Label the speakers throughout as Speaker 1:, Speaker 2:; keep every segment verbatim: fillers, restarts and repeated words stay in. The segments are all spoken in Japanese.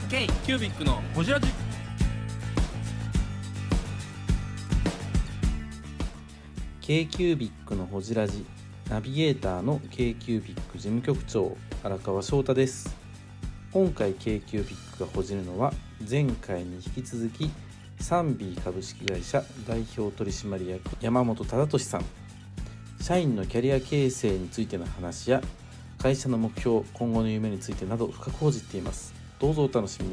Speaker 1: K キュービックのホジラジ。
Speaker 2: K キュービックのホジラジナビゲーターの K キュービック事務局長荒川翔太です。今回 K キュービックがほじるのは前回に引き続きサンビー株式会社代表取締役山本忠俊さん、社員のキャリア形成についての話や会社の目標、今後の夢についてなど深く報じています。どうぞお楽しみに。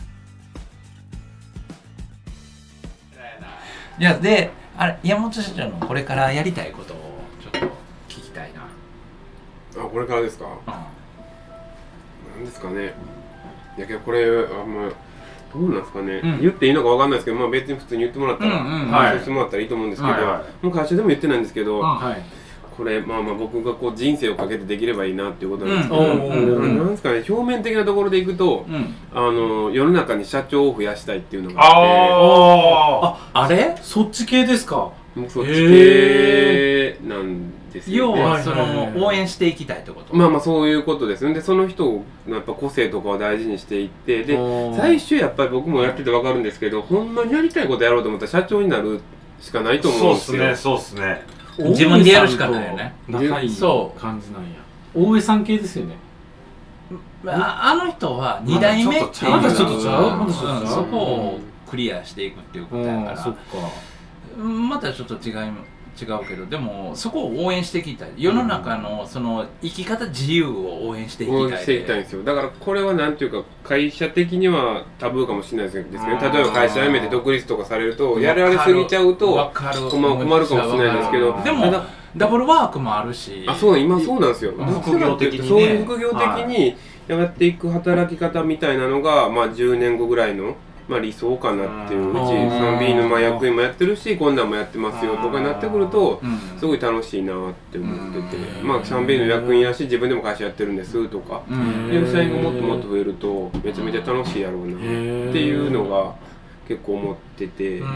Speaker 3: いやであれ山本社長のこれからやりたいことをちょっと聞きたいな。
Speaker 4: あ、これからですか。
Speaker 3: うん、
Speaker 4: なんですかね。いやけどこれあんまどうなんですかね、
Speaker 3: うん、
Speaker 4: 言っていいのかわかんないですけど、まあ別に普通に言ってもらったら、
Speaker 3: うんうん、
Speaker 4: はい、そうしてもらったらいいと思うんですけど、はいはい、もう会社でも言ってないんですけど、うん、はい、これまあまあ僕がこう人生をかけてできればいいなっていうことなんですけど、うんうん、なんですかね、表面的なところでいくと、うん、あの世の中に社長を増やしたいっていうのがあって、
Speaker 1: ああ、あれそっち系ですか。
Speaker 4: もうそっち系なんですよね。
Speaker 3: 要はその応援していきたいってこと。
Speaker 4: まあまあそういうことですね。でその人のやっぱ個性とかを大事にしていってで最終やっぱり僕もやってて分かるんですけど、ほんまにやりたいことやろうと思ったら社長になるしかないと思うんですよ。
Speaker 1: そうですね、そうですね。
Speaker 3: 自分でやるしかないよね。
Speaker 1: 仲いい感じなんや。大江さん系ですよね。
Speaker 3: あ, あの人はに代目っていう、
Speaker 1: まだちょっとちゃう、まだ
Speaker 3: ちょっとちゃう、うん、そこをクリアしていくっていうことやから、そっか、またちょっと違い違うけど、でもそこを応援していきたい。世の中のその生き方自由を応援していきたい。
Speaker 4: 応援していきたいんですよ。だからこれはなんていうか会社的にはタブーかもしれないですけど、例えば会社辞めて独立とかされるとやられすぎちゃうと困るかもしれないですけど、
Speaker 3: でもダブルワークもあるし、
Speaker 4: あ、そう、今そうなんですよ。
Speaker 3: 副業的にね、
Speaker 4: そういう副業的にやっていく働き方みたいなのが、まあじゅうねんごぐらいのまあ理想かなっていう。うち サンビー のまあ役員もやってるし、こんなんもやってますよとかになってくるとすごい楽しいなって思ってて、まあ サンビー の役員やし自分でも会社やってるんですとかいう社員がもっともっと増えるとめちゃめちゃ楽しいやろうなっていうのが結構思ってて、
Speaker 5: うん、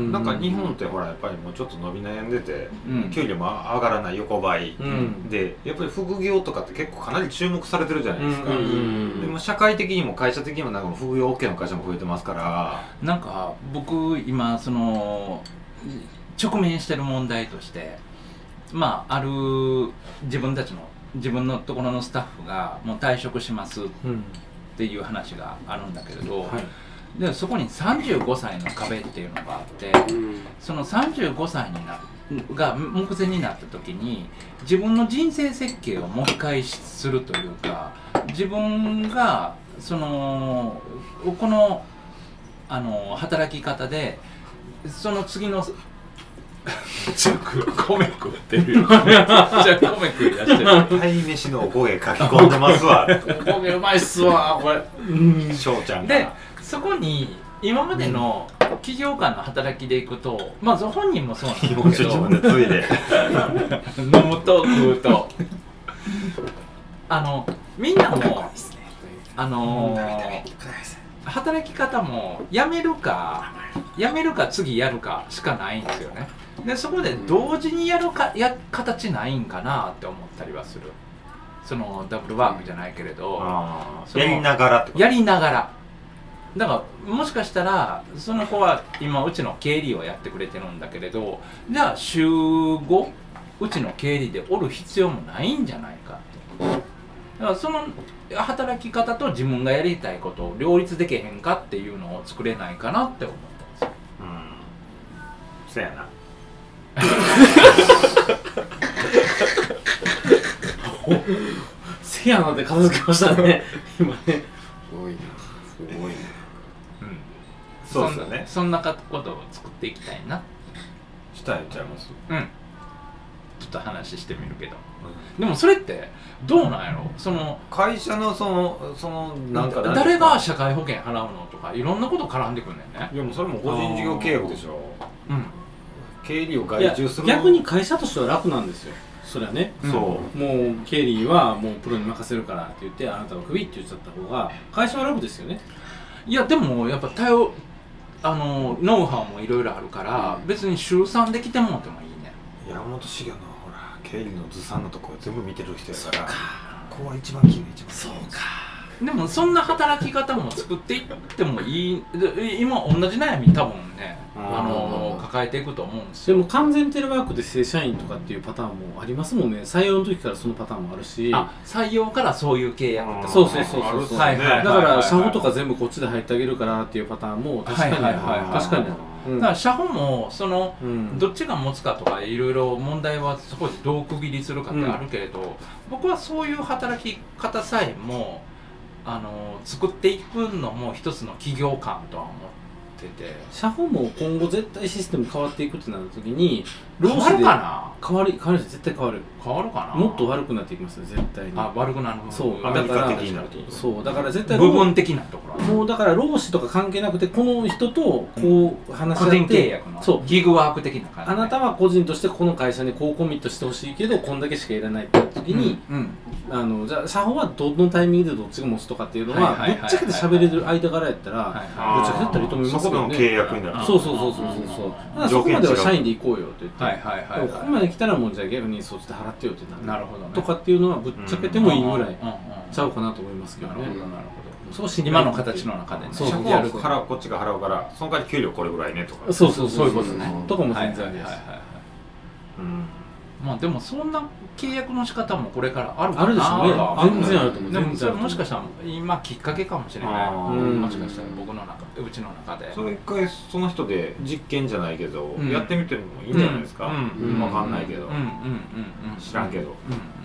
Speaker 5: なんか日本ってほらやっぱりもうちょっと伸び悩んでて、うん、給料も上がらない横ばい、うん、でやっぱり副業とかって結構かなり注目されてるじゃないですか、うんうんうん、でも社会的にも会社的にもなんか副業 OK の会社も増えてますから、
Speaker 3: なんか僕今その直面してる問題としてまあある自分たちの自分のところのスタッフがもう退職しますっていう話があるんだけれど、はい、でそこにさんじゅうごさいの壁っていうのがあって、うん、そのさんじゅうごさいになが目前になった時に自分の人生設計をもう一回するというか、自分がそのこのあの働き方でその次のちょっと米食ってるよ。じゃあ米食い出してる。
Speaker 5: 鯛めしのおこげ書き込んでますわ。
Speaker 3: おこげうまいっすわこれ。
Speaker 5: 翔ちゃんが。
Speaker 3: でそこに今までの企業間の働きでいくと、まず本人もそうなんだけど、
Speaker 5: 自分でついで
Speaker 3: 飲むと食うと、あのみんなもあのー、働き方もやめるかやめるか次やるかしかないんですよね。でそこで同時にやるかや形ないんかなって思ったりはする。そのダブルワークじゃないけれど、
Speaker 5: やりながらってこと？
Speaker 3: やりながら。だからもしかしたらその子は今うちの経理をやってくれてるんだけれど、じゃあ週ごうちの経理でおる必要もないんじゃないかって。だからその働き方と自分がやりたいことを両立できへんかっていうのを作れないかなって思ったんですよ。
Speaker 5: うん、そやな。
Speaker 1: せやなって片付けましたね今ね。
Speaker 4: すごいな、すごいな。
Speaker 5: そうですよね。
Speaker 3: そんなことを作っていきたいな。
Speaker 5: したいちゃいます。
Speaker 3: うん。ちょっと話してみるけど。うん、でもそれってどうなんやろ。その
Speaker 5: 会社のそのそのなんか
Speaker 3: 誰が社会保険払うのとかいろんなこと絡んでくるんだよね。
Speaker 5: いやもうそれも個人事業契約でしょ。うん。経理を外注する。
Speaker 1: 逆に会社としては楽なんですよ。それはね。
Speaker 5: そう。も
Speaker 1: う経理はもうプロに任せるからって言ってあなたはクビって言っちゃった方が会社は楽ですよね。
Speaker 3: いやでもやっぱ頼あのノウハウもいろいろあるから、うん、別に週さんで来てもらってもいいね。
Speaker 5: 山本茂のほら経理のずさんのところ全部見てる人やから、ここは一番きれい一番きれい。
Speaker 3: そうか。 でもそんな働き方も作っていってもいい。今同じ悩み多分ね、あの抱えていくと思うんですよ。
Speaker 1: でも完全テレワークで正社員とかっていうパターンもありますもんね。採用の時からそのパターンもあるし、
Speaker 3: あ、採用からそういう契約って
Speaker 1: そうそうそうそうそう、
Speaker 3: はいはいはいはい、
Speaker 1: だから社保とか全部こっちで入ってあげるからっていうパターンも確かにある、
Speaker 3: はいはいはいはい、
Speaker 1: 確かにある、うん、
Speaker 3: だから社保もその、
Speaker 1: うん、
Speaker 3: どっちが持つかとかいろいろ問題はそこでどう区切りするかってあるけれど、うん、僕はそういう働き方さえもあの作っていくのも一つの企業感とは思ってて、
Speaker 1: 社保も今後絶対システム変わっていくってなった時に
Speaker 3: 変わるかな。
Speaker 1: 変わる、変わる絶対変わる。
Speaker 3: 変わるかな。
Speaker 1: もっと悪くなっていきますよ絶対に。
Speaker 3: あ、悪くなる。
Speaker 1: そう、
Speaker 5: アメリカ的になると。
Speaker 1: そうだから絶対
Speaker 3: 部分的なところ。
Speaker 1: もうだから労使とか関係なくてこの人とこう話し合って、
Speaker 3: 個人契約のそうギグワーク的な感じ、ね。
Speaker 1: あなたは個人としてこの会社にこうコミットしてほしいけどこんだけしかいらないって言った時に、うんうん、あのじゃあ社保はどのタイミングでどっちが持つとかっていうのはぶっちゃけて喋れる間柄やったらぶっちゃけだったらいいと思いますけどね。
Speaker 5: そこの契約になる。
Speaker 1: そうそうそうそうそう。だからそこまでは社員で行こうよって言って、
Speaker 3: はいはいはいはい、
Speaker 1: ここまで来たらもうじゃあ逆にそっちで払ってよってなる。
Speaker 3: なるほどね。
Speaker 1: とかっていうのはぶっちゃけてもいいぐらいちゃうかなと思いますけどね。
Speaker 3: なるほどなるほど。そう今の形の中でね。
Speaker 5: そうそうやる払うこっちが払うからその代わり給料これぐらいねとか。
Speaker 1: そうそうそういうことね。とかも全然ありです。
Speaker 3: まあでもそんな契約の仕方もこれからある
Speaker 1: あるでしょうね。全然あると思う。
Speaker 3: でもそれもしかしたら今きっかけかもしれない。もしかしたら僕の中うちの中で。
Speaker 5: それ一回その人で実験じゃないけどやってみてもいいんじゃないですか。わかんないけど。知らんけど。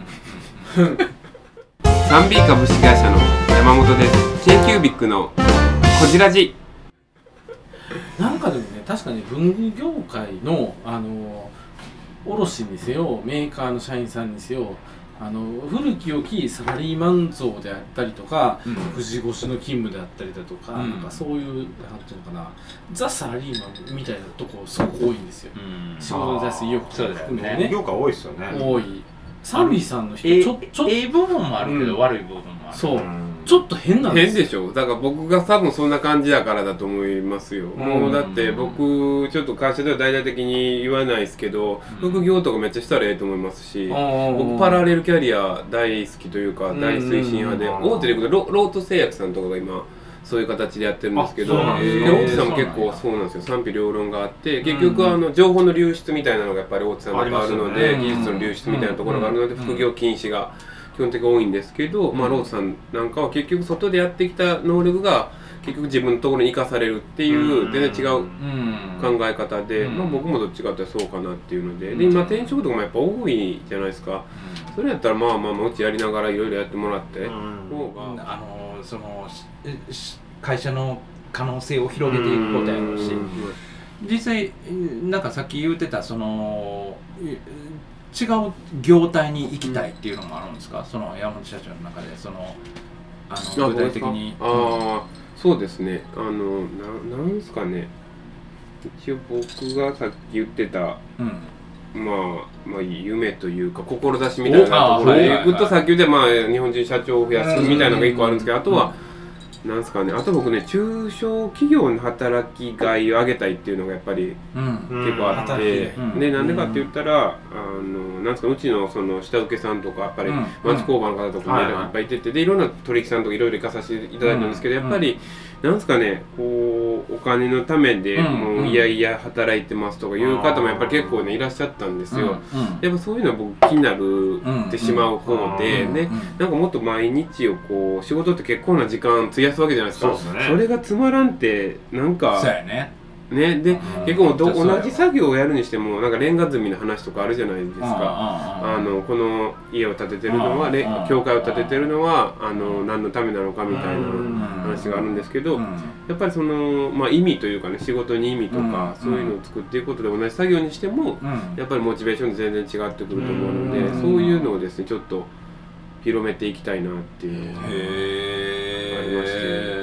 Speaker 4: サンビー 株式会社の山本です。 k キュービックのこじらじ。
Speaker 1: なんかでもね確かに文具業界のあの卸にせよメーカーの社員さんにせよあの古き良きサラリーマン像であったりとか、うん、富士越しの勤務であったりだとか、うん、なんかそういうなんていうのかなザ・サラリーマンみたいなとこすごく多いんですよ、うん、仕事に対する意欲とか含めてね。
Speaker 5: 業界多いですよね。
Speaker 1: 多い。サンビーさんの人ちょっと
Speaker 3: ええ部分もあるけど、うん、悪い部分もある。
Speaker 1: そうちょっと変なんです
Speaker 4: 変でしょ。だから僕が多分そんな感じだからだと思いますよ、うん、もうだって僕ちょっと会社では大々的に言わないですけど、うん、副業とかめっちゃしたらええと思いますし、うん、僕パラレルキャリア大好きというか大推進派で、うん、大手でいくと ロ, ロート製薬さんとかが今そういう形でやってるんですけど、大手さんも結構そうなんですよ。賛否両論があって結局あの情報の流出みたいなのがやっぱり大手さんだとあるので、技術の流出みたいなところがあるので副業禁止が基本的に多いんですけど、まあ、ロートさんなんかは結局外でやってきた能力が結局自分のところに生かされるっていう全然違う考え方で、まあ、僕もどっちかってそうかなっていうので、で今転職とかもやっぱ多いじゃないですか。それやったらまあまあうちやりながらいろいろやってもらって方が、
Speaker 3: あのその会社の可能性を広げていくことやろうし、実際なんかさっき言ってたその違う業態に行きたいっていうのもあるんですか、うん、その山本社長の中でそのあの具体的に。
Speaker 4: ああ、そうですね。あのななんですかね。一応僕がさっき言ってた、うん、まあまあ夢というか志みたいなところで行くと、さっき言ってまあ日本人社長を増やすみたいなのが一個あるんですけど、あとは。なんですかね、あと僕ね中小企業の働きがいを上げたいっていうのがやっぱり結構あって、うん、でなんでかって言ったら、あのなんですかうちのその下請けさんとかやっぱり町工場の方とかもいっぱいいてて、でいろんな取引さんとかいろいろ行かさせていただいたんですけど、やっぱりなんですかね、こうお金のためでもういやいや働いてますとかいう方もやっぱり結構ねいらっしゃったんですよ。やっぱそういうのは僕気になるってしまう方で、でなんかもっと毎日をこう仕事って結構な時間費やすわけじゃないですか。 そ, うですね、それがつまらんってなんか
Speaker 3: そうやね。
Speaker 4: ね、で、うん、結構ど同じ作業をやるにしてもなんかレンガ積みの話とかあるじゃないですか。あのこの家を建ててるのは教会を建ててるのはあの何のためなのかみたいな話があるんですけど、やっぱりその、まあ、意味というかね、仕事に意味とかそういうのを作っていくことで同じ作業にしてもやっぱりモチベーション全然違ってくると思うので、そういうのをですねちょっと広めていきたいなっていうのがありまして、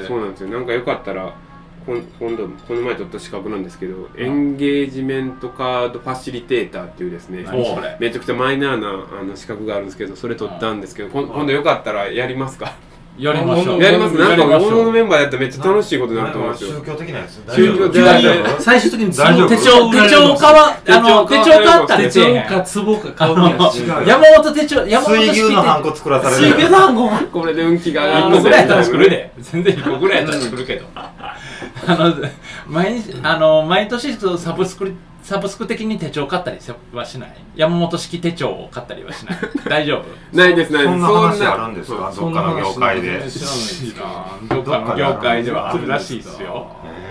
Speaker 4: そうなんですよ。なんかよかったら今度この前取った資格なんですけど、エンゲージメントカードファシリテーターっていうですね、めちゃくちゃマイナーなあの資格があるんですけど、それ取ったんですけど、今度よかったらやりますか？
Speaker 3: やりましょう。
Speaker 4: やります。なんか大物のメンバーやったらめっちゃ楽しいことになると思いますよ。
Speaker 5: 宗教的なやつ。
Speaker 4: 宗教的
Speaker 1: な最終的に手帳手帳手帳買わあの手帳買った
Speaker 3: 手帳か壺か買うのやつ。
Speaker 1: 山本手帳山本
Speaker 5: 水牛のハンコ作らされる。
Speaker 1: 水牛のハンコ
Speaker 4: これで運気が上がる
Speaker 3: いっこぐらいやったら作るで。全然いっこぐらいやったら作るけど。あの毎日あの毎年サブスクサブスク的に手帳買ったりはしない？山本式手帳を買ったりはしない？大丈夫？
Speaker 4: ないですないです。
Speaker 5: そんな話あるんですか？どっかの業界で。
Speaker 1: 知らないですか？
Speaker 3: どっかの業界ではあるらしいですよ。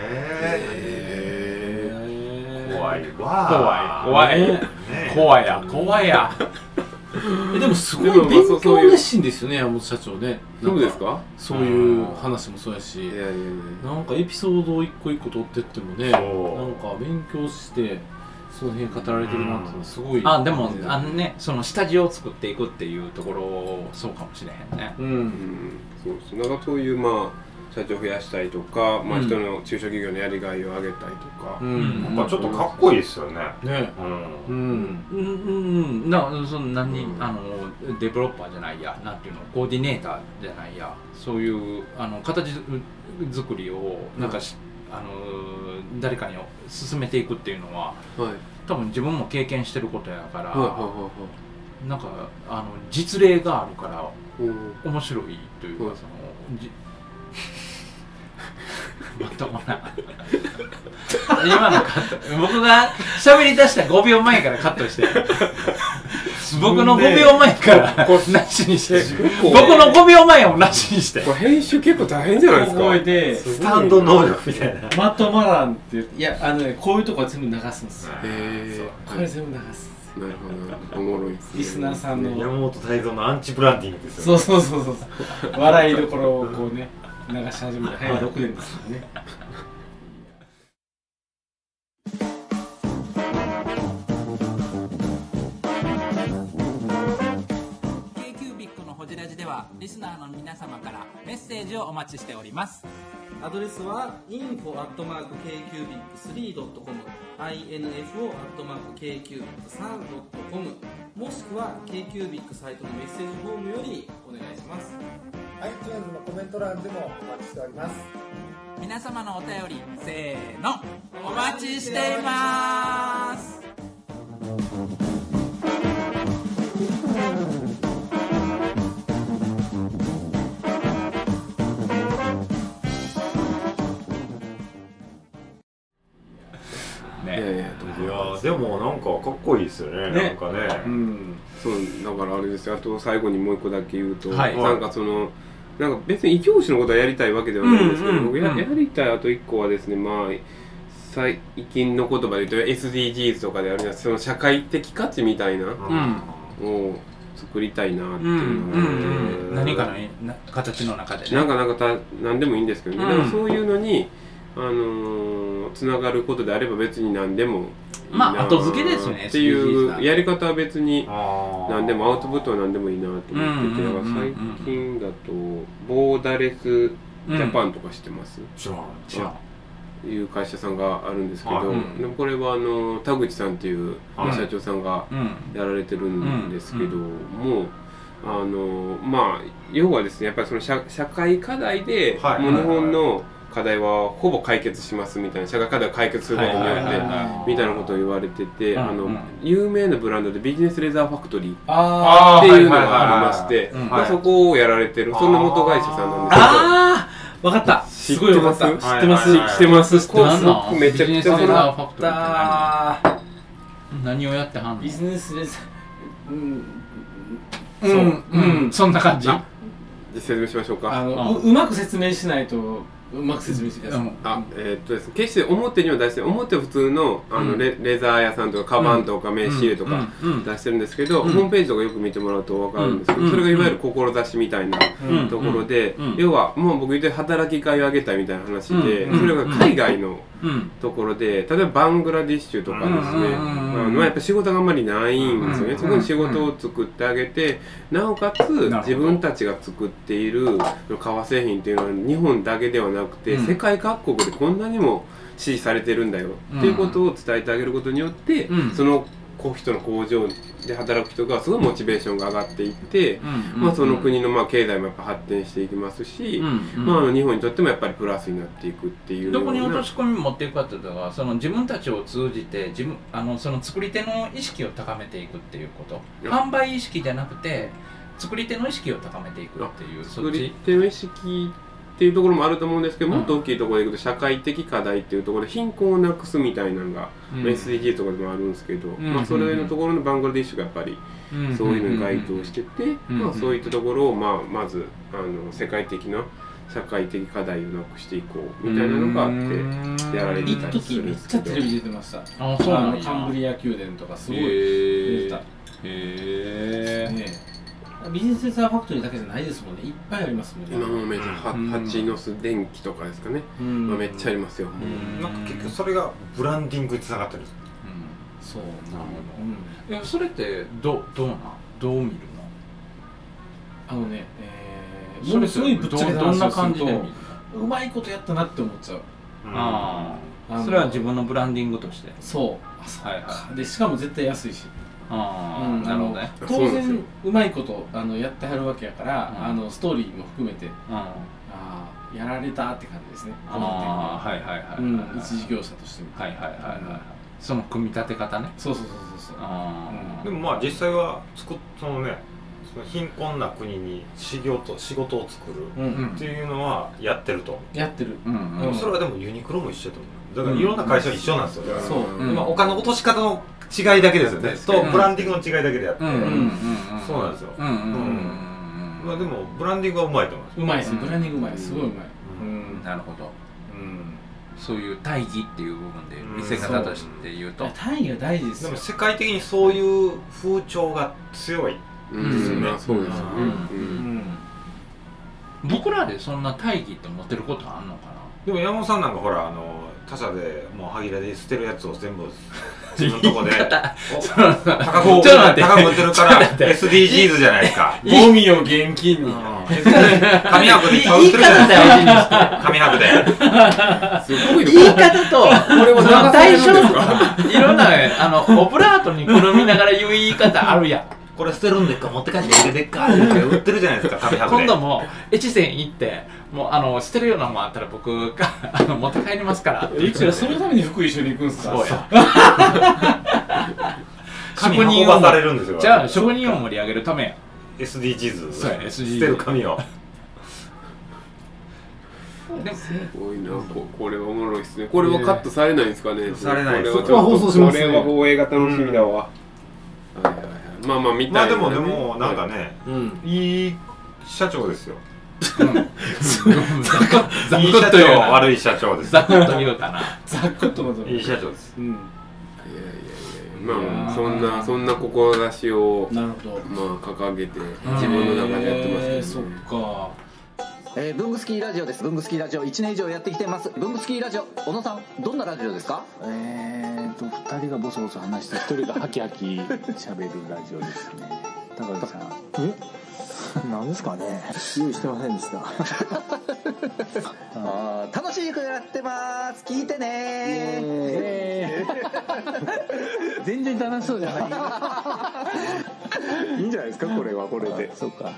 Speaker 5: へー怖い
Speaker 3: 怖い
Speaker 5: わ。
Speaker 3: 怖い怖いや怖いや。
Speaker 1: えでもすごい勉強熱心ですよね、山本社長ね。
Speaker 4: そうですか？
Speaker 1: そういう話もそうやし、
Speaker 4: いやいやいや
Speaker 1: なんかエピソードを一個一個取ってってもね、なんか勉強してその辺語られてるなってのはすごい。
Speaker 3: あでもあのね、その下地を作っていくっていうところそうかもしれへんね。
Speaker 1: う
Speaker 4: うんん、そうです。なんかそういうまあ社長増やしたいとか、まあ人の中小企業のやりがいを上げたいとか、
Speaker 1: う
Speaker 3: うん
Speaker 1: ん
Speaker 5: なんかちょっとかっこいいですよね。
Speaker 1: ね、
Speaker 5: う。
Speaker 1: うんん
Speaker 3: うんうんなその何、
Speaker 5: うん
Speaker 3: あのデベロッパーじゃないや、なんていうのコーディネーターじゃないや、そういうあの形作りをなんかし、あの誰かに進めていくっていうのは
Speaker 4: はい
Speaker 3: 多分自分も経験してることやから、
Speaker 4: はいはいはい
Speaker 3: なんかあの実例があるから
Speaker 4: はい。うん
Speaker 3: 面白いというか、
Speaker 4: はい
Speaker 3: そのじまともな今のカット僕が喋り出したごびょうまえからカットして僕のごびょうまえからなしにして僕のごびょうまえをなしにして
Speaker 4: これ編集結構大変じゃないですか。
Speaker 1: 小声で
Speaker 5: スタンド能力みたいな。
Speaker 1: まとまらんって言って、いやあのねこういうとこは全部流すんですよ。
Speaker 4: へ
Speaker 1: これ全部流す。
Speaker 4: ーなるほど。おもろいですね。
Speaker 1: リスナーさんの
Speaker 5: 山本泰造のアンチブランディングですよね。
Speaker 1: そうそうそうそう笑いどころをこうね流し始めて早ろくねんですよね。
Speaker 3: ホジラジではリスナーの皆様からメッセージをお待ちしております。
Speaker 2: アドレスは インフォ アットマーク ケーキュービックスリー ドット コム インフォ アットマーク ケーキュービックスリー ドット コム もしくは KQBIC サイトのメッセージフォームよりお願いします。
Speaker 6: iTunes のコメント欄でもお待ちしております。
Speaker 3: 皆様のお便りせーのお待ちしています。
Speaker 4: いやいや、
Speaker 5: いやでもなんかかっこいいですよね。
Speaker 1: ね
Speaker 5: なんかね。
Speaker 4: うん、そうだからあれですよ。あと最後にもう一個だけ言うと、
Speaker 3: はい
Speaker 4: なんかそのなんか別に異教種のことはやりたいわけではないんですけど、
Speaker 3: うんうん
Speaker 4: 僕や
Speaker 3: うん
Speaker 4: やりたいあと一個はですね、まあ最近の言葉で言うと エスディージーズ とかであるようなその社会的価値みたいな
Speaker 3: うん
Speaker 4: を作りたいなって
Speaker 3: うん
Speaker 4: いうのがあって、
Speaker 3: うんうん何かのな形の中でね。
Speaker 4: なんかなんかた何でもいいんですけどね、
Speaker 3: うん
Speaker 4: だからそういうのにあのー、つながることであれば別に何でもいい
Speaker 3: まあ
Speaker 4: な
Speaker 3: 後付けですよね
Speaker 4: ってい
Speaker 3: エスディージーズ なんて
Speaker 4: うやり方は別に
Speaker 5: あー
Speaker 4: 何でもアウトプットは何でもいいなと思ってて、
Speaker 3: うんうんうんうん
Speaker 4: 最近だとボーダレスジャパンとか知ってます、
Speaker 5: 知らん
Speaker 3: 知らん
Speaker 4: いう会社さんがあるんですけど、
Speaker 5: はい
Speaker 3: うん
Speaker 4: でもこれはあの田口さんっていう
Speaker 5: はい
Speaker 4: 社長さんが
Speaker 3: うん
Speaker 4: やられてるんですけど、
Speaker 3: うん
Speaker 4: もうあのまあ要はですねやっぱりその 社, 社会課題で、
Speaker 5: はい
Speaker 4: もう日本の課題はほぼ解決しますみたいな社会課題を解決することによって、
Speaker 3: はいはいはいはい
Speaker 4: みたいなことを言われてて、
Speaker 3: うん
Speaker 4: あの
Speaker 3: うん
Speaker 4: 有名なブランドでビジネスレザーファクトリー
Speaker 1: あ
Speaker 4: っていうのがありまして、
Speaker 3: うん
Speaker 4: まあ、そこをやられてるそんな元会社さんなんですけど。
Speaker 1: あー、わかった。すごいわかった。知ってます。
Speaker 5: はいはいはい
Speaker 1: 知ってます。知ってます。
Speaker 4: すごくめちゃくちゃ
Speaker 3: ビジネスレザーファクトリーって
Speaker 1: あ
Speaker 3: 何何をやってはんの？
Speaker 1: ビジネスレザー、うん、
Speaker 3: うん
Speaker 1: そう
Speaker 3: うんそんな感じ。
Speaker 4: あ説明しましょうか。
Speaker 1: あの
Speaker 3: あ
Speaker 1: ううまく説明しないとうまく説明してください。
Speaker 3: うん
Speaker 4: あえーっとですね、決して表には出して表は普通のあの、
Speaker 3: うん
Speaker 4: レ, レザー屋さんとかカバンとか名刺入れとか
Speaker 3: うんうん
Speaker 4: 出してるんですけど、
Speaker 3: うん
Speaker 4: ホームページとかよく見てもらうと分かるんですけど、
Speaker 3: うん
Speaker 4: それがいわゆる志みたいな
Speaker 3: うん
Speaker 4: ところで、
Speaker 3: うん
Speaker 4: 要はもう僕言ってる働きがいを上げたいみたいな話で、
Speaker 3: うん
Speaker 4: それが海外の
Speaker 3: うん
Speaker 4: ところで例えばバングラディッシュとかですね、
Speaker 3: うんうんうんうん
Speaker 4: あのやっぱ仕事があんまりないんですよね、
Speaker 3: うん
Speaker 4: そこに仕事を作ってあげてなおかつ
Speaker 3: なるほど
Speaker 4: 自分たちが作っている革製品っていうのは日本だけではなくて、
Speaker 3: うん
Speaker 4: 世界各国でこんなにも支持されてるんだよ、
Speaker 3: うん
Speaker 4: っていうことを伝えてあげることによって、
Speaker 3: うん
Speaker 4: その人の工場で働く人がすごいモチベーションが上がっていって、
Speaker 3: うん
Speaker 4: まあ、その国のまあ経済もやっぱ発展していきますし、
Speaker 3: うんうん
Speaker 4: まあ、日本にとってもやっぱりプラスになっていくっていうような
Speaker 3: どこに落とし込み持っていくかっていうのはその自分たちを通じて自分あのその作り手の意識を高めていくっていうこと
Speaker 4: うん
Speaker 3: 販売意識じゃなくて作り手の意識を高めていくっていうそ
Speaker 4: 作り
Speaker 3: っち
Speaker 4: 手の意識っていうところもあると思うんですけど、
Speaker 3: うん
Speaker 4: もっと大きいところでいくと社会的課題っていうところで貧困をなくすみたいなのが、
Speaker 3: うん
Speaker 4: まあ エスディージー とかでもあるんですけど、
Speaker 3: ん
Speaker 4: まあ、それのところのバングラデシュがやっぱりそういうのに該当してて、
Speaker 3: ん
Speaker 4: まあ、そういったところを、まあ、まずあの世界的な社会的課題をなくしていこうみたいなのがあってやられて
Speaker 1: 一
Speaker 4: たりす
Speaker 1: 時めっ
Speaker 4: るんですけど
Speaker 1: ちゃテレビ出てました。
Speaker 3: あそうなんや
Speaker 1: あのカンブリア宮殿とかすごい
Speaker 3: へ
Speaker 1: 出てた。
Speaker 3: ーへー
Speaker 1: ねえビジネスセンサーファクトリーだけじゃないですもんね。いっぱいありますもんね。
Speaker 4: 今もめっちゃは
Speaker 3: うん
Speaker 4: 蜂の巣電気とかですかね、
Speaker 1: うん
Speaker 4: まあ、めっちゃありますよ、
Speaker 3: うん
Speaker 5: なんか結局それがブランディングにつながってるんですよ。
Speaker 1: そう
Speaker 3: なるほど
Speaker 1: うん
Speaker 3: えそれってどどうなんどう見るの
Speaker 1: あのね、えー、
Speaker 3: それ
Speaker 1: ものすごいぶっちゃけた
Speaker 3: どどんな
Speaker 1: 話をすると
Speaker 3: 感じで見るの
Speaker 1: うまいことやったなって思っちゃう。
Speaker 3: あ
Speaker 1: あの
Speaker 3: あそれは自分のブランディングとして
Speaker 1: そうあそうか、
Speaker 3: はいは
Speaker 1: でしかも絶対安いし、
Speaker 3: ああ、
Speaker 1: うん
Speaker 3: なるほどね
Speaker 1: 当
Speaker 4: そうなんですよ
Speaker 1: 然うまいことあのやってはるわけやから、
Speaker 3: うん
Speaker 1: あのストーリーも含めて
Speaker 3: うん
Speaker 1: あーやられたって感じですね。この
Speaker 3: ああはいはいはいはい、
Speaker 1: 点はうん、一事業者としても
Speaker 3: はいはいはいはいその組み立て方ね
Speaker 1: そうそうそうそうそう
Speaker 3: あ
Speaker 5: でもまあ実際は作っそのねその貧困な国に仕事仕事を作る
Speaker 1: うん、
Speaker 3: うん
Speaker 5: っていうのはやってると、
Speaker 1: やってる、
Speaker 3: うん
Speaker 1: うん
Speaker 5: それはでもユニクロも一緒だと思う。だからいろんな会社は一緒なんですよ、だから
Speaker 1: そう
Speaker 3: うん
Speaker 5: まあ、お金の落とし方の違いだけですよね、と
Speaker 3: うん
Speaker 5: ブランディングの違いだけであって、
Speaker 3: うんうんうんうん
Speaker 5: そうなんですよ
Speaker 3: うんうんうんうん
Speaker 5: まあ、でもブランディングはうまいと思います。
Speaker 1: うまいです、
Speaker 3: うん
Speaker 1: ブランディングうまい、すごいうまい、
Speaker 5: う
Speaker 1: うん
Speaker 3: なるほど
Speaker 1: うん、
Speaker 3: そういう大義っていう部分で見せ方として言うと
Speaker 1: 単位が大事ですよ
Speaker 5: でも。世界的にそういう風潮が強い。
Speaker 4: うん
Speaker 1: ですよね
Speaker 4: まあそうですよね、
Speaker 1: う
Speaker 4: うん
Speaker 1: ん
Speaker 3: 僕らでそんな大義って持ってることあんのかな
Speaker 5: でも山本さんなんかほらあの他社でもう歯切れで捨てるやつを全部自分のとこで高く売ってる
Speaker 3: ちょっと待って
Speaker 5: 高く売ってるから エスディージーズ じゃないですか。
Speaker 1: ゴミを現金に、
Speaker 5: 紙箱でいっぱい売ってるじゃないですか。紙箱で。
Speaker 4: すごい
Speaker 3: 言い方と
Speaker 4: これは流されるんですか
Speaker 3: いろんなあのオブラートにくるみながら言う言い方あるやん
Speaker 5: これ捨てるんでっか持って帰って入れてっかって売ってるじゃないですか紙箱で。
Speaker 3: 今度も越前行ってもうあの捨てるようなもんあったら僕があの持って帰りますから
Speaker 1: いくらそのために服一緒に行くんすか。
Speaker 3: そうや
Speaker 5: 紙運ばされるんですよ。
Speaker 3: じゃあ職人を盛り上げるためや
Speaker 5: エスディージーズ。
Speaker 3: そうや エスディージーズ
Speaker 5: 捨てる紙を。
Speaker 3: でも
Speaker 4: すごいな、ここれはおもろいですね。これはカットされないんですかね。
Speaker 5: されないです
Speaker 4: これはちょっと
Speaker 1: そこは放送しますね
Speaker 4: これは放映が楽しみだわ。はいはいはいまあまあ見たい
Speaker 5: まあでも
Speaker 4: ね
Speaker 5: でもなんかね、
Speaker 1: うん。
Speaker 5: いい社長ですよ。
Speaker 3: ざくざ
Speaker 5: いい社
Speaker 3: くっと言うな
Speaker 5: 長悪い社長です。
Speaker 3: ざくっと言うたな
Speaker 1: ざっくっとまとめ
Speaker 5: いい社長です。
Speaker 1: うん。
Speaker 4: いやいやいやまあそんなそんな志を
Speaker 1: なるほど。
Speaker 4: まあ掲げて自分の中でやってますけどね。
Speaker 1: えーそっか。
Speaker 7: えー、ブングスキーラジオです。ブングスキーラジオいちねん以上やってきてます。ブングスキーラジオ、小野さん、どんなラジオですか？
Speaker 8: えーとふたりがボソボソ話してひとりがハキハキ喋るラジオですね。高橋さん、えなんですかね、用意してませんでした
Speaker 7: あー楽しくやってます聞いてね
Speaker 8: えー全然楽しそうじゃないいいんじゃないですか、これはこれで。そうか。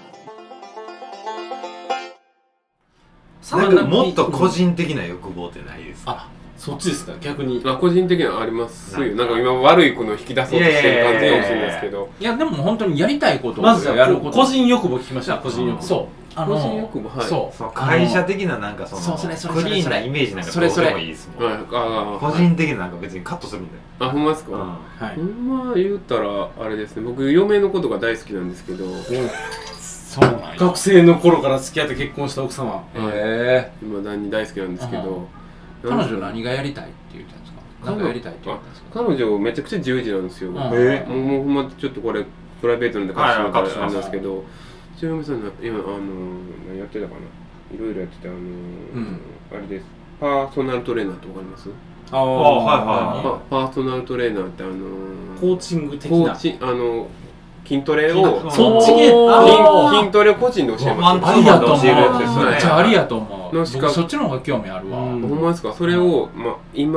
Speaker 5: なんかもっと個人的な欲望ってないですか？
Speaker 1: あ、そっちですか、逆に。
Speaker 4: まあ個人的にはありますよ。なんか今悪い子の引き出そうとしてる感じかもしれないですけど。
Speaker 3: いやでも本当にやりたいことを
Speaker 1: まずは
Speaker 3: やること
Speaker 1: 個人欲望聞きました。個人欲望。
Speaker 3: そうあの
Speaker 4: 個人欲望はい
Speaker 3: そう
Speaker 5: そう会社的ななんかその
Speaker 3: そうそれそれそれ
Speaker 5: クリーンなイメージなんか
Speaker 3: それそれ
Speaker 5: どうでもいいですもん。
Speaker 4: はい、あ
Speaker 5: 個人的ななんか別にカットするんだよ。
Speaker 4: あ、あ、ほんまですか。
Speaker 5: うん
Speaker 1: はい
Speaker 4: ほ。んま言うたらあれですね。僕嫁のことが大好きなんですけど、
Speaker 3: そうなんや
Speaker 1: 学生の頃から付き合って結婚した奥様。
Speaker 3: へ
Speaker 4: 今だに大好きなんですけど、
Speaker 3: え彼女何がやりたいって言ったんですか何かやりたいって言ったんですか
Speaker 4: 彼女めちゃくちゃ自由時なんですよ。
Speaker 3: うん
Speaker 5: え
Speaker 4: もうもうほんまちょっとこれプライベートなんでカットし
Speaker 5: はいはい
Speaker 4: たらあ
Speaker 5: カットします
Speaker 4: れなんですけど、うちの嫁さんな今あの何やってたかな、いろいろやっててあのー
Speaker 3: ん
Speaker 4: あれです。パーソナルトレーナーってわかります？
Speaker 1: ああ、
Speaker 5: はいはい
Speaker 4: パパーソナルトレーナーってあのー
Speaker 1: コーチング的な。
Speaker 4: コーチあの筋トレを
Speaker 1: そっち系。
Speaker 3: おー
Speaker 4: 筋筋トレを個人で教え
Speaker 5: マン
Speaker 4: ます。
Speaker 3: ありやと思う
Speaker 5: 教えるやつですよね
Speaker 3: めっちゃありやと思う僕
Speaker 4: のしか
Speaker 3: そっちの方が興味あるわ
Speaker 1: うん
Speaker 4: ほんまですか。それを、まあ、今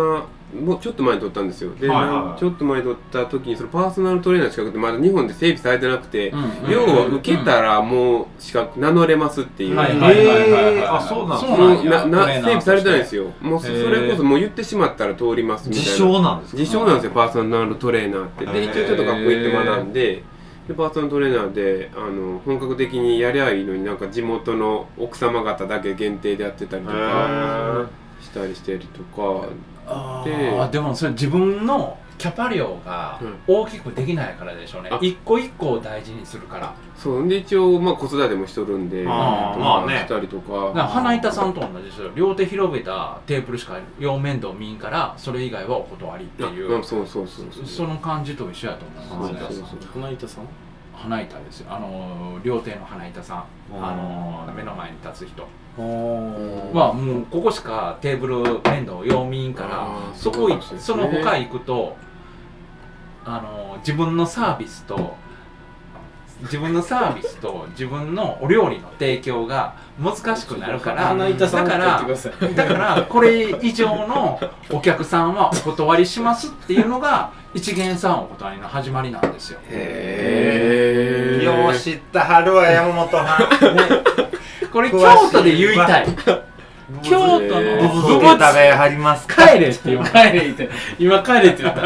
Speaker 4: もうちょっと前に撮ったんですよ。で、
Speaker 5: はいはい、
Speaker 4: ちょっと前に撮った時にそのパーソナルトレーナーの資格ってまだ日本で整備されてなくて、
Speaker 3: うんうん、
Speaker 4: 要は受けたらもう資格名乗れますっていう。
Speaker 3: はいはいはいはい、
Speaker 5: えー、あ、そうなんです
Speaker 4: か。もうなな整備されてないんですよ。もうそれこそもう言ってしまったら通りますみたいな。
Speaker 5: 自称なんですか？
Speaker 4: 自称なんですよ、パーソナルトレーナーって。で、一応ちょっと学校行って学んで、でパーソナルトレーナーであの本格的にやりゃいいのになんか地元の奥様方だけ限定でやってたりとかしたりしてるとか。
Speaker 3: あで, でもそれ自分のキャパ量が大きくできないからでしょうね、うん、一個一個を大事にするから。
Speaker 4: そうで一応まあ子育てもしとるんで、
Speaker 5: あまあね、
Speaker 4: したりとか
Speaker 3: 花板さんと同じですよ。両手広げたテーブルしか両面倒見んからそれ以外はお断りっていう、
Speaker 4: あそうそうそうそう
Speaker 3: その感じと一緒やと思うんですね。
Speaker 1: 花板さん
Speaker 3: 花板ですよ。あの料亭の花板さん、あの目の前に立つ人はもうここしかテーブル面倒用見んからそこ、ね、その他行くとあの自分のサービスと自分のサービスと自分のお料理の提供が難しくなるからだからだからこれ以上のお客さんはお断りしますっていうのが一元さんお断りの始まりなんですよ。
Speaker 5: へえ。よう知ったはるわ山本はん、ね、
Speaker 3: これ京都で言いたい。京都の
Speaker 5: ブブ漬け食べはりますか？
Speaker 3: 帰れって言う。帰れって今帰れって言った。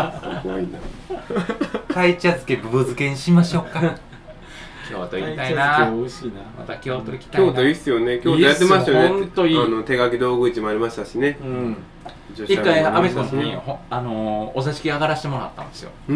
Speaker 4: 怖いな。
Speaker 5: 鯛茶漬けブブ漬けにしましょうか。
Speaker 3: 京都行きたいな。
Speaker 1: 美味しいな。
Speaker 3: また京都行きたいな。
Speaker 4: 京都いいっすよね。京都やってましたよね。
Speaker 3: 本当いい。
Speaker 4: あの手書き道具市もありましたしね。
Speaker 3: うん。一回阿部君にあのお座敷上がらせてもらったんですよ。
Speaker 4: うん。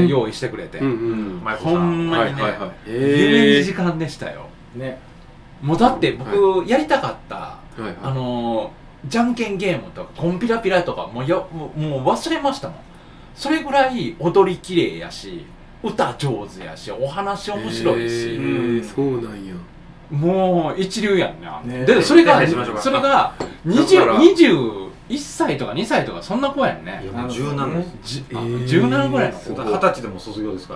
Speaker 3: 用意してくれて。
Speaker 4: うんうん。
Speaker 3: ほんまにね、夢の時間でしたよ。ね。もうだって僕やりたかったあのじゃんけんゲームとかコンピラピラとかもうやもう忘れましたもん。それぐらい踊り綺麗やし歌上手やしお話面白いし、
Speaker 4: えー、そうなんや。
Speaker 3: もう一流やんね。でそれがそれがにじゅう、にじゅういっさいとかにさいとかそんな子やんね。
Speaker 5: じゅうななです。
Speaker 3: じゅうななぐらいの子。
Speaker 5: はたちでも卒業ですから。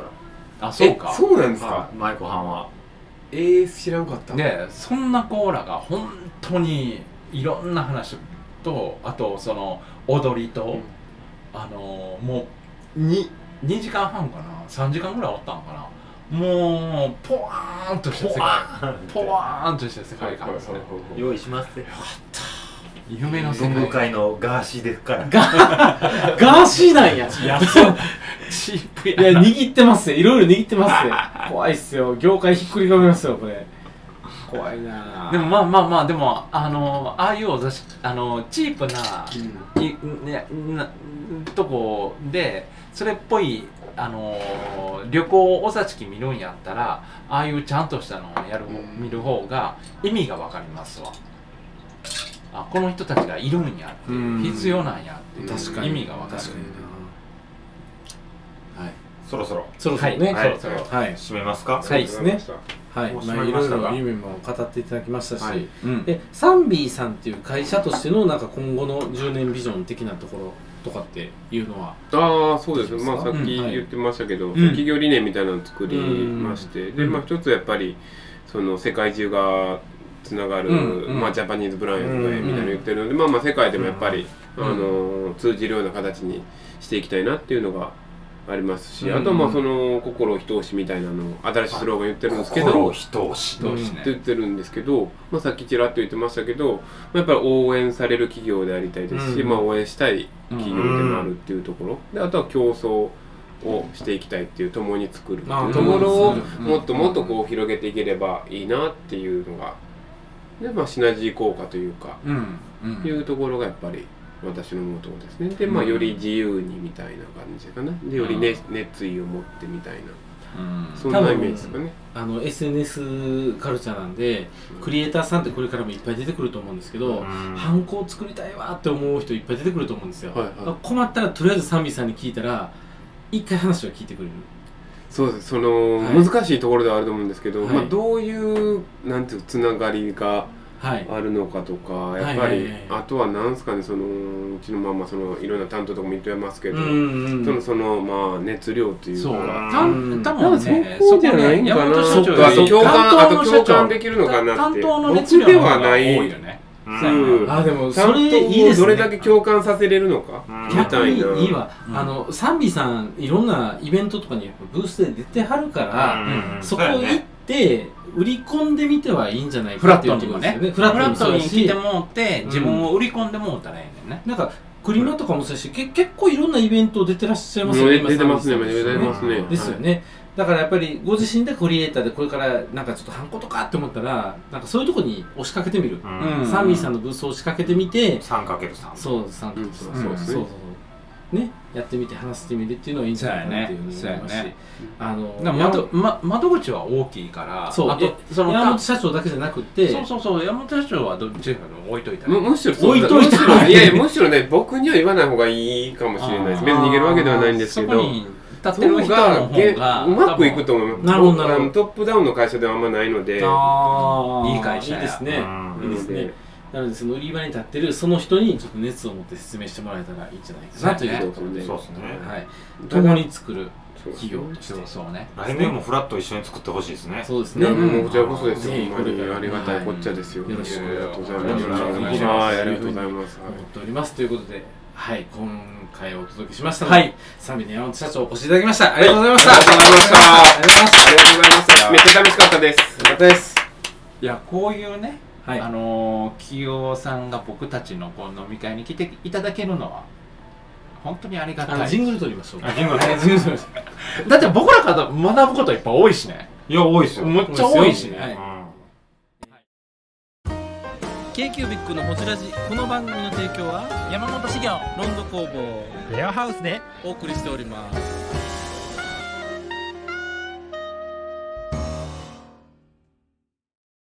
Speaker 3: あ、そうか。
Speaker 4: そうなんですか。
Speaker 5: 舞子はんは。
Speaker 4: えー、知らんかった。
Speaker 3: でそんな子らが本当にいろんな話とあとその踊りと、うん、あのもう 2, にじかんはんかなさんじかんぐらいおったんかな。もうポワーンとした世界ポワーンとした世界観ですね。
Speaker 5: 用意しますね。
Speaker 3: よかった。夢の世界。
Speaker 5: 文具界のガーシーですから。
Speaker 1: ガーシーなんや。いやそうチープや。いや握ってますね。いろいろ握ってますね。怖いっすよ。業界ひっくり返りますよこれ。怖いな。
Speaker 3: でもまあまあまあでもあのああいうお座敷あのチープな、うん、いねなとこでそれっぽいあの旅行お座敷見るんやったらああいうちゃんとしたのをやる、うん、見る方が意味がわかりますわ。あこの人たちがいるんやっていう、うん、必要なんやっていう意味がわかる。確かにな。はい。
Speaker 5: そろそろ
Speaker 1: そろそろね。
Speaker 5: はい。
Speaker 1: そろそろはい。
Speaker 5: 締めますか。
Speaker 1: はいですね。はい。まあいろいろ夢も語っていただきましたし、はい、うん、でサンビーさんっていう会社としてのなんか今後のじゅうねんビジョン的なところとかっていうのは。
Speaker 4: ああそうですね。まあさっき言ってましたけど、うん、企業理念みたいなのを作りまして、うん、でまあ一つやっぱりその世界中がつながる、うんうん、まあジャパニーズブランドみたいなの言ってるので、まあまあ世界でもやっぱり、うん、あの通じるような形にしていきたいなっていうのがありますし、うん、あとはまあその心を一押しみたいなのを新しいスローガン言ってるんですけど、
Speaker 5: 心を一押し
Speaker 4: って言ってるんですけど、まあさっきちらっと言ってましたけど、やっぱり応援される企業でありたいですし、うん、まあ応援したい企業でもあるっていうところで、あとは競争をしていきたいっていう共に作るっていうところをもっともっとこう広げていければいいなっていうのが、でまあシナジー効果というか、うんうん、いうところがやっぱり私のモットーですね。でまあより自由にみたいな感じかな。でより、ね、熱意を持ってみたいな、うん、そんなイメージですかね。
Speaker 1: あの エスエヌエス カルチャーなんで、うん、クリエイターさんってこれからもいっぱい出てくると思うんですけど、うん、ハンコを作りたいわって思う人いっぱい出てくると思うんですよ、はいはい、困ったらとりあえずサンビーさんに聞いたら一回話を聞いてくれる。
Speaker 4: そうです。その、はい、難しいところではあると思うんですけど、はい、まあ、どういうなんていうつながりがあるのかとか、はい、やっぱり、はいはいはい、あとはなんですかね、そのうちのままそのいろんな担当とかも言ってますけど、うんうん、そのそのまあ熱量というか、そう
Speaker 3: 多分ね、そこじゃないんかな。
Speaker 4: そっか、あと共感あと共感できるのかなって。
Speaker 3: 担当の熱量の方が多いよね。
Speaker 4: うん、
Speaker 1: あでも
Speaker 4: ちゃんと
Speaker 1: それいいですね。
Speaker 4: どれだけ共感させれるのか、
Speaker 5: うん
Speaker 4: みたいな。
Speaker 1: いいわ、うん、あのサンビさんいろんなイベントとかにやっぱブースで出てはるから、
Speaker 5: うん、
Speaker 1: そこ行って売り込んでみてはいいんじゃない
Speaker 3: フラ
Speaker 1: かっていう
Speaker 3: ットにもね。
Speaker 1: フラットに
Speaker 3: 来てもって自分を売り込んでもうたらいいねんね。
Speaker 1: なんかクリマとかもそうだし、け結構いろんなイベント出てらっしゃいますよね。
Speaker 4: 出てますね、出てますね。
Speaker 1: ですよね。だからやっぱりご自身でクリエイターでこれからなんかちょっとハンコとかって思ったらなんかそういうところに押しかけてみる、うん、サンミーさんのブースを押しかけてみて
Speaker 5: さんかけるさん
Speaker 1: そうさんかけるさん、うん、そうですね、そうそうね、やってみて話してみるっていうのはいいんじゃないかなっていうふうに思いますし、ね、あの
Speaker 3: 窓、ま、窓口は大きいから
Speaker 1: そうあとその山本社長だけじゃなくて
Speaker 3: そうそうそう山本社長はどっちかの置いといた
Speaker 4: らむしろ
Speaker 1: 置いといたら
Speaker 4: いやいやむしろね僕には言わない方がいいかもしれないです。別に逃げるわけではないんですけど
Speaker 3: 立ってる人の方が
Speaker 4: うまくいくと思います。
Speaker 1: なるほどなるほど。
Speaker 4: トップダウンの会社ではあんまないので、
Speaker 1: あ
Speaker 3: いい会社や
Speaker 1: いいですね。いいですね。なのでその売り場に立ってるその人にちょっと熱を持って説明してもらえたらいいんじゃないかなというところで、
Speaker 5: そうですね。
Speaker 1: はい。共に作る企業として、
Speaker 3: そうね。
Speaker 5: 来年もフラット一緒に作ってほしいですね。
Speaker 1: そうですね。
Speaker 4: もうこちらこそですよ。ほんまにありがたいこっちゃですよ。
Speaker 1: よろしく
Speaker 4: ありがとうございます。
Speaker 1: よろしくお願いし
Speaker 4: はい、
Speaker 1: ます。
Speaker 4: ありがとうございます。
Speaker 1: 思っておりますということで、はい、今回お届けしましたので、サンビの山本社長お越しいただきました。ありがとうございました。
Speaker 4: ありがとうございました。
Speaker 1: ありがとうございました。
Speaker 4: ありがとうございました。めっちゃ楽しかったです。
Speaker 1: よかったです。
Speaker 3: いやこういうね。
Speaker 1: はい、
Speaker 3: あのー、企業さんが僕たちのこう飲み会に来ていただけるのは本当にありがたい。
Speaker 1: ジングル取りましょう。
Speaker 3: ジングル取りましょう。だって僕らから学ぶこといっぱい多いしね。
Speaker 5: いや多いですよ。
Speaker 3: めっちゃ多いしね。
Speaker 2: k q b i c のホジラジ、この番組の提供は山本資源ロンド工房
Speaker 6: レアハウスで
Speaker 2: お送りしております。